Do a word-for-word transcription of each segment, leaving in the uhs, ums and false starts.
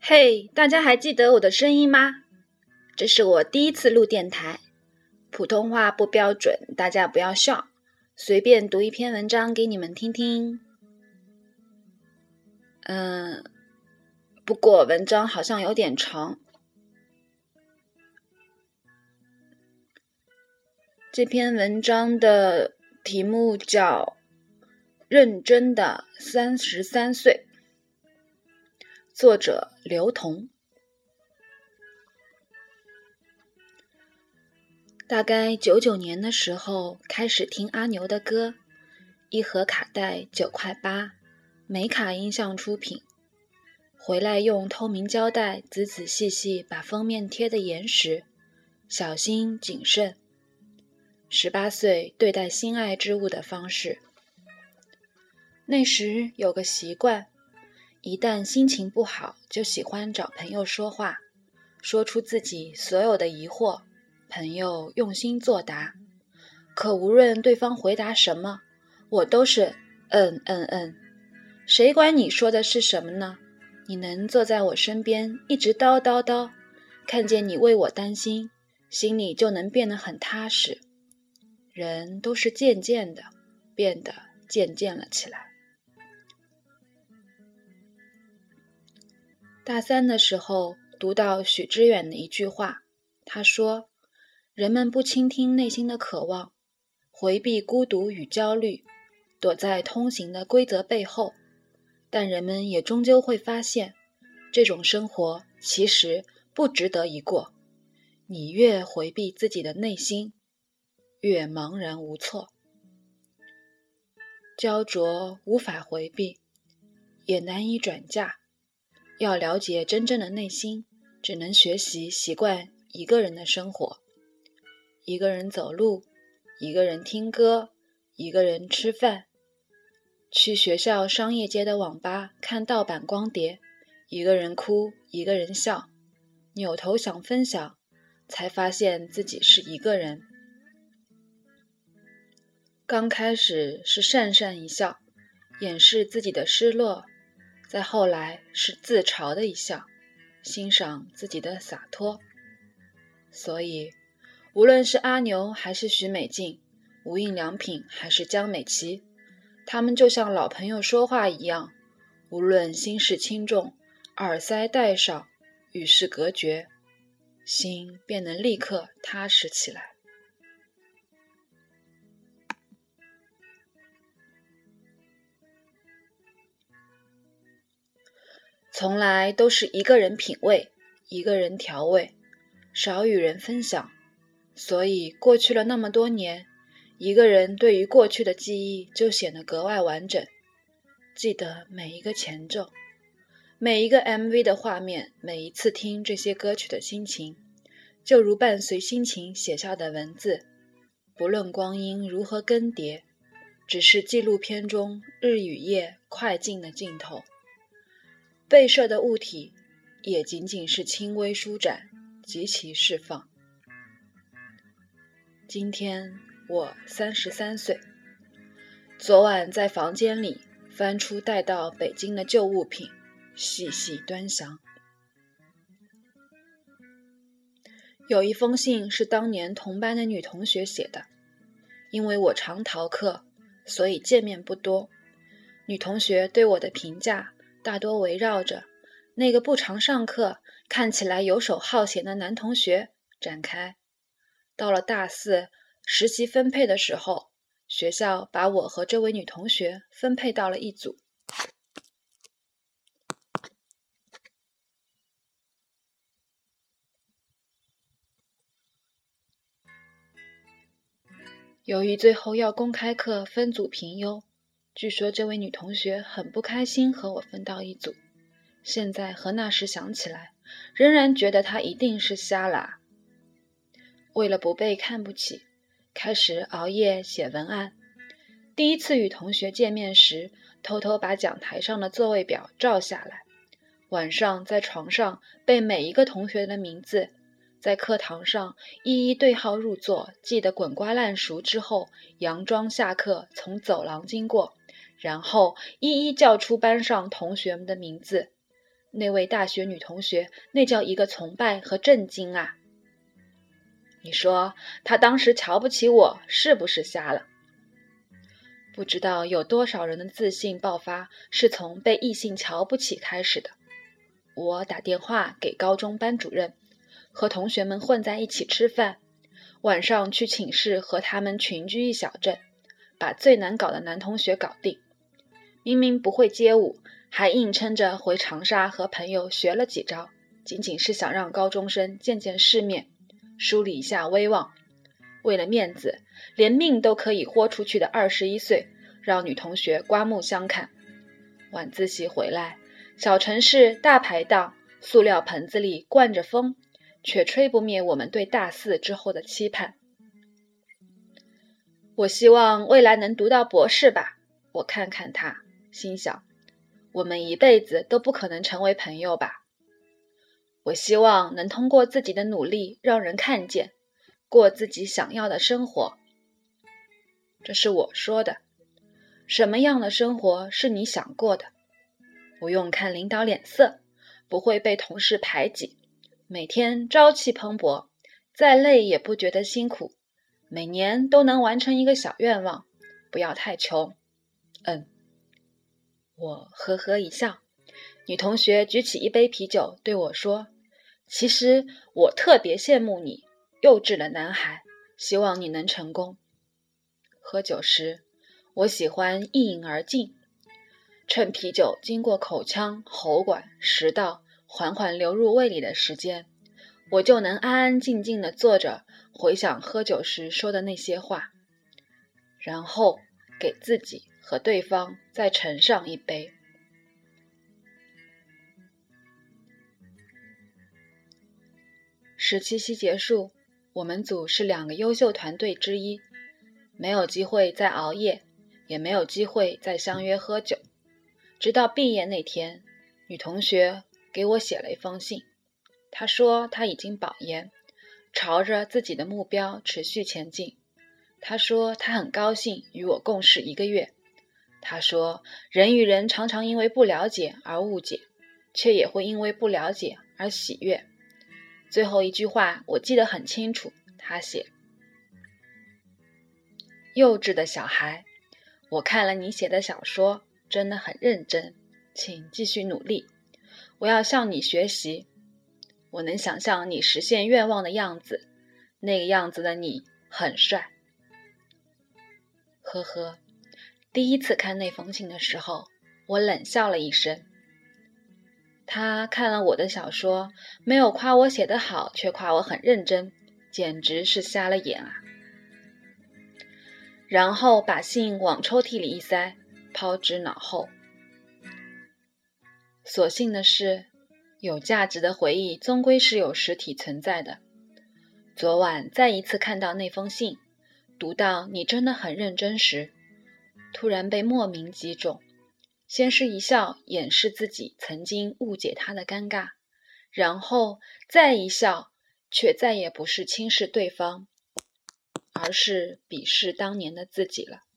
嘿，大家还记得我的声音吗？这是我第一次录电台，普通话不标准，大家不要笑，随便读一篇文章给你们听听。嗯，不过文章好像有点长。这篇文章的题目叫《认真的三十三岁》，作者刘同。大概九九年的时候开始听阿牛的歌，一盒卡带九块八，美卡音像出品。回来用透明胶带仔仔细细把封面贴得严实，小心谨慎。十八岁对待心爱之物的方式。那时有个习惯，一旦心情不好，就喜欢找朋友说话，说出自己所有的疑惑，朋友用心作答。可无论对方回答什么，我都是嗯嗯嗯。谁管你说的是什么呢？你能坐在我身边一直叨叨叨，看见你为我担心，心里就能变得很踏实。人都是渐渐的变得渐渐了起来。大三的时候读到许知远的一句话，他说，人们不倾听内心的渴望，回避孤独与焦虑，躲在通行的规则背后，但人们也终究会发现，这种生活其实不值得一过。你越回避自己的内心，越茫然无措。焦灼无法回避，也难以转嫁。要了解真正的内心，只能学习习惯一个人的生活。一个人走路，一个人听歌，一个人吃饭。去学校商业街的网吧看盗版光碟，一个人哭，一个人笑。扭头想分享，才发现自己是一个人。刚开始是讪讪一笑，掩饰自己的失落，再后来是自嘲的一笑，欣赏自己的洒脱。所以无论是阿牛还是许美静，无印良品还是江美琪，他们就像老朋友说话一样，无论心事轻重，耳塞戴上，与世隔绝，心便能立刻踏实起来。从来都是一个人品味，一个人调味，少与人分享，所以过去了那么多年，一个人对于过去的记忆就显得格外完整。记得每一个前奏，每一个 M V 的画面，每一次听这些歌曲的心情，就如伴随心情写下的文字，不论光阴如何更迭，只是纪录片中日与夜快进的镜头。被摄的物体也仅仅是轻微舒展，极其释放。今天我三十三岁，昨晚在房间里翻出带到北京的旧物品，细细端详。有一封信是当年同班的女同学写的，因为我常逃课，所以见面不多。女同学对我的评价大多围绕着那个不常上课，看起来游手好闲的男同学展开。到了大四实习分配的时候，学校把我和这位女同学分配到了一组。由于最后要公开课分组评优，据说这位女同学很不开心和我分到一组。现在和那时想起来，仍然觉得她一定是瞎了。为了不被看不起，开始熬夜写文案。第一次与同学见面时，偷偷把讲台上的座位表照下来。晚上在床上背每一个同学的名字，在课堂上一一对号入座，记得滚瓜烂熟之后，佯装下课从走廊经过，然后一一叫出班上同学们的名字。 那位大学女同学，那叫一个崇拜和震惊啊！你说她当时瞧不起我，是不是瞎了？不知道有多少人的自信爆发是从被异性瞧不起开始的。我打电话给高中班主任，和同学们混在一起吃饭，晚上去寝室和他们群居一小阵，把最难搞的男同学搞定。明明不会街舞，还硬撑着回长沙和朋友学了几招，仅仅是想让高中生见见世面，梳理一下威望。为了面子，连命都可以豁出去的二十一岁，让女同学刮目相看。晚自习回来，小城市大排档，塑料盆子里灌着风，却吹不灭我们对大四之后的期盼。我希望未来能读到博士吧。我看看他，心想，我们一辈子都不可能成为朋友吧。我希望能通过自己的努力让人看见，过自己想要的生活。这是我说的。什么样的生活是你想过的？不用看领导脸色，不会被同事排挤，每天朝气蓬勃，再累也不觉得辛苦，每年都能完成一个小愿望，不要太穷。嗯，我呵呵一笑。女同学举起一杯啤酒对我说，其实我特别羡慕你，幼稚的男孩，希望你能成功。喝酒时，我喜欢一饮而尽，趁啤酒经过口腔、喉管、食道缓缓流入胃里的时间，我就能安安静静地坐着，回想喝酒时说的那些话，然后给自己和对方再盛上一杯。实习期结束，我们组是两个优秀团队之一，没有机会再熬夜，也没有机会再相约喝酒。直到毕业那天，女同学给我写了一封信，她说她已经保研，朝着自己的目标持续前进。她说她很高兴与我共事一个月。她说人与人常常因为不了解而误解，却也会因为不了解而喜悦。最后一句话我记得很清楚，她写，幼稚的小孩，我看了你写的小说，真的很认真，请继续努力，我要向你学习。我能想象你实现愿望的样子，那个样子的你很帅。呵呵，第一次看那封信的时候，我冷笑了一声。他看了我的小说，没有夸我写得好，却夸我很认真，简直是瞎了眼啊。然后把信往抽屉里一塞，抛之脑后。所幸的是，有价值的回忆终归是有实体存在的。昨晚再一次看到那封信，读到你真的很认真时，突然被莫名击中。先是一笑掩饰自己曾经误解他的尴尬，然后再一笑，却再也不是轻视对方，而是鄙视当年的自己了。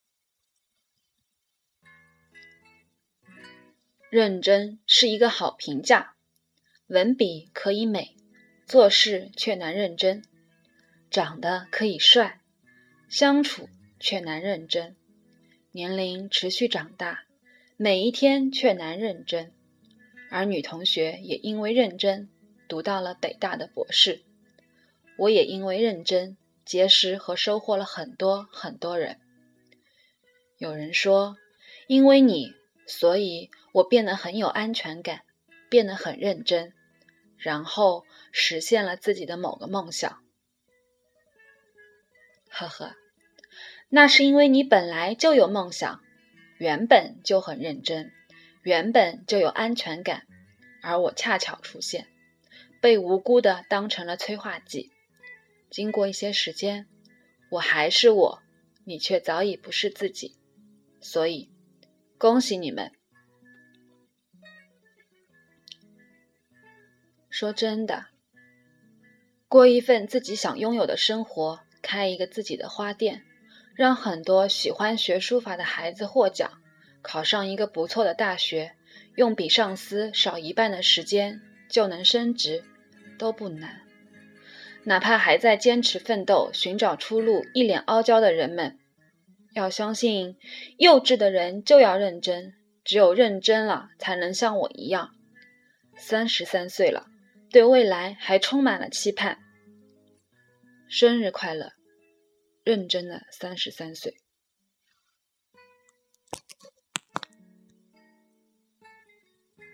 认真是一个好评价，文笔可以美，做事却难认真，长得可以帅，相处却难认真，年龄持续长大，每一天却难认真。而女同学也因为认真读到了北大的博士，我也因为认真结识和收获了很多很多人。有人说，因为你，所以我变得很有安全感，变得很认真，然后实现了自己的某个梦想。呵呵，那是因为你本来就有梦想，原本就很认真，原本就有安全感，而我恰巧出现，被无辜地当成了催化剂。经过一些时间，我还是我，你却早已不是自己。所以，恭喜你们。说真的，过一份自己想拥有的生活，开一个自己的花店，让很多喜欢学书法的孩子获奖，考上一个不错的大学， 用比上司少一半的时间就能升职，都不难。哪怕还在坚持奋斗，寻找出路，一脸傲娇的人们，要相信，幼稚的人就要认真，只有认真了，才能像我一样。三十三岁了，对未来还充满了期盼。生日快乐，认真的三十三岁。